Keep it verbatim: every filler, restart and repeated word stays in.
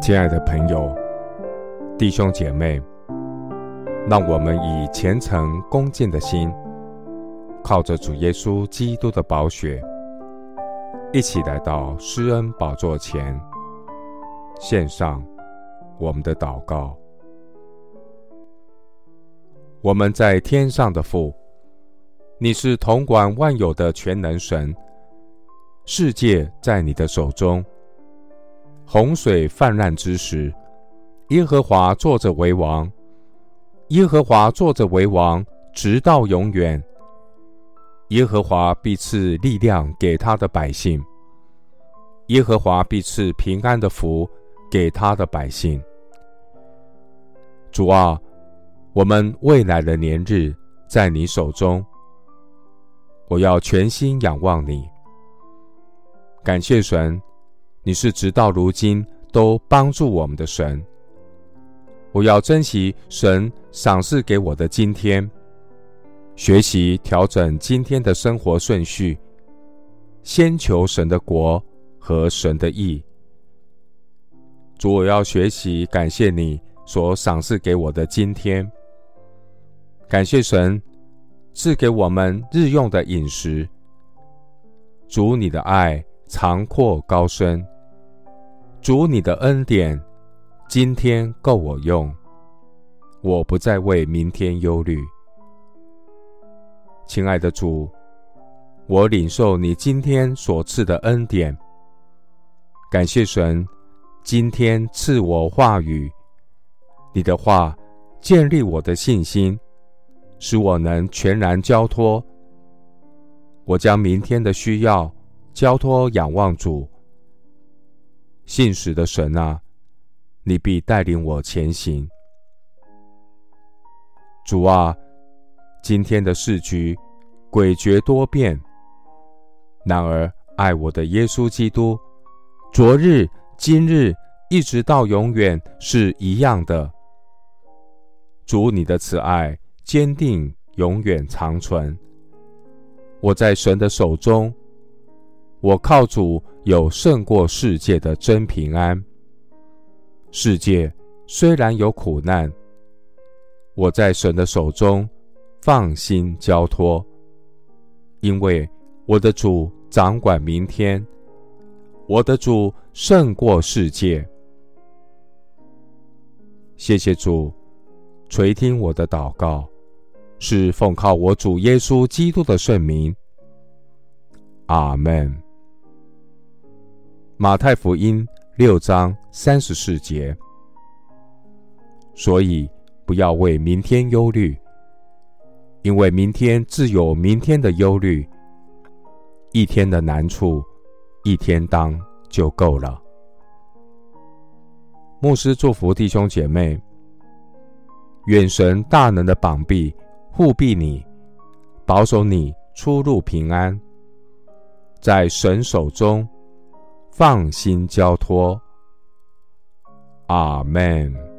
亲爱的朋友、弟兄姐妹，让我们以虔诚恭敬的心，靠着主耶稣基督的宝血，一起来到施恩宝座前，献上我们的祷告。我们在天上的父，你是统管万有的全能神，世界在你的手中。洪水泛滥之时，耶和华坐着为王，耶和华坐着为王，直到永远。耶和华必赐力量给他的百姓，耶和华必赐平安的福给他的百姓。主啊，我们未来的年日在你手中，我要全心仰望你。感谢神，你是直到如今都帮助我们的神。我要珍惜神赏赐给我的今天，学习调整今天的生活顺序，先求神的国和神的义。主，我要学习感谢你所赏赐给我的今天，感谢神赐给我们日用的饮食。主，你的爱长阔高深，主，你的恩典今天够我用，我不再为明天忧虑。亲爱的主，我领受你今天所赐的恩典，感谢神今天赐我话语，你的话建立我的信心，使我能全然交托。我将明天的需要交托仰望主。信实的神啊，你必带领我前行。主啊，今天的世局诡谲多变，然而爱我的耶稣基督，昨日、今日一直到永远是一样的。主，你的慈爱坚定，永远长存。我在神的手中，我靠主有胜过世界的真平安。世界虽然有苦难，我在神的手中放心交托，因为我的主掌管明天，我的主胜过世界。谢谢主垂听我的祷告，是奉靠我主耶稣基督的圣名。阿们。马太福音六章三十四节。所以不要为明天忧虑，因为明天自有明天的忧虑，一天的难处一天当就够了。牧师祝福弟兄姐妹，愿神大能的膀臂护庇你，保守你出入平安，在神手中放心交托。阿们。